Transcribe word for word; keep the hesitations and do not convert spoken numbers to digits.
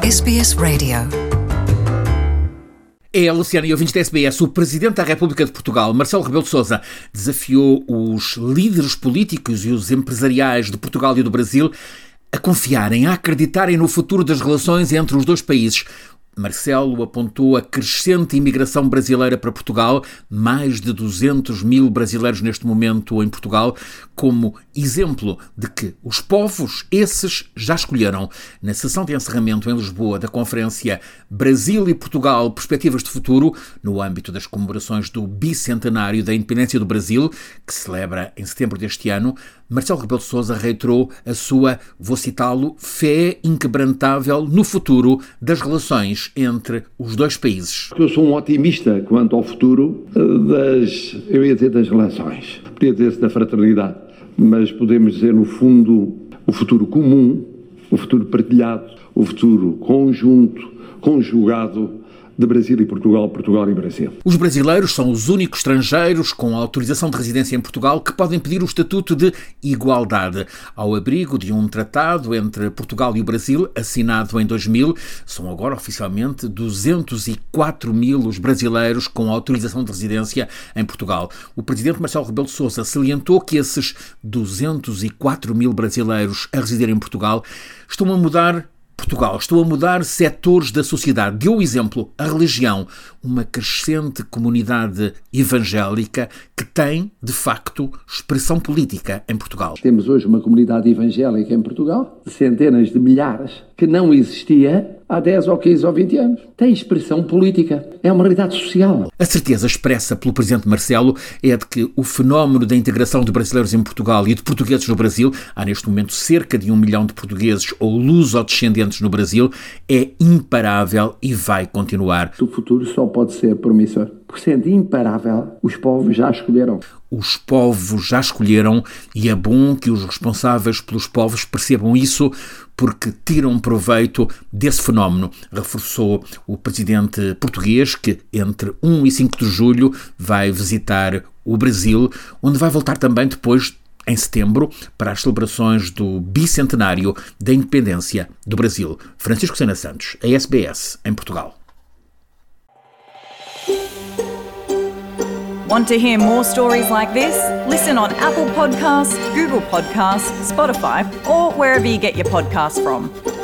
S B S Radio. É, Luciana e ouvintes da S B S, o Presidente da República de Portugal, Marcelo Rebelo de Sousa, desafiou os líderes políticos e os empresariais de Portugal e do Brasil a confiarem, a acreditarem no futuro das relações entre os dois países. Marcelo apontou a crescente imigração brasileira para Portugal, mais de duzentos mil brasileiros neste momento em Portugal, como exemplo de que os povos, esses, já escolheram. Na sessão de encerramento em Lisboa da Conferência Brasil e Portugal, Perspectivas de Futuro, no âmbito das comemorações do bicentenário da independência do Brasil, que se celebra em setembro deste ano, Marcelo Rebelo de Sousa reiterou a sua, vou citá-lo, fé inquebrantável no futuro das relações entre os dois países. Eu sou um otimista quanto ao futuro das, eu ia dizer das relações, podia dizer da fraternidade, mas podemos dizer no fundo o futuro comum, o futuro partilhado, o futuro conjunto, conjugado de Brasil e Portugal, Portugal e Brasil. Os brasileiros são os únicos estrangeiros com autorização de residência em Portugal que podem pedir o estatuto de igualdade. Ao abrigo de um tratado entre Portugal e o Brasil, assinado em dois mil, são agora oficialmente duzentos e quatro mil os brasileiros com autorização de residência em Portugal. O Presidente Marcelo Rebelo de Sousa salientou que esses duzentos e quatro mil brasileiros a residir em Portugal estão a mudar Portugal, estou a mudar setores da sociedade. Deu o exemplo, a religião, uma crescente comunidade evangélica que tem, de facto, expressão política em Portugal. Temos hoje uma comunidade evangélica em Portugal, de centenas de milhares, que não existia há dez ou quinze ou vinte anos. Tem expressão política. É uma realidade social. A certeza expressa pelo Presidente Marcelo é de que o fenómeno da integração de brasileiros em Portugal e de portugueses no Brasil, há neste momento cerca de um milhão de portugueses ou luso-descendentes no Brasil, é imparável e vai continuar. O futuro só pode ser promissor. Por sendo imparável, os povos já escolheram. Os povos já escolheram e é bom que os responsáveis pelos povos percebam isso porque tiram proveito desse fenómeno, reforçou o presidente português que entre um e cinco de julho vai visitar o Brasil, onde vai voltar também depois em setembro para as celebrações do bicentenário da independência do Brasil. Francisco Sena Santos, a S B S, em Portugal. Want to hear more stories like this? Listen on Apple Podcasts, Google Podcasts, Spotify, or wherever you get your podcasts from.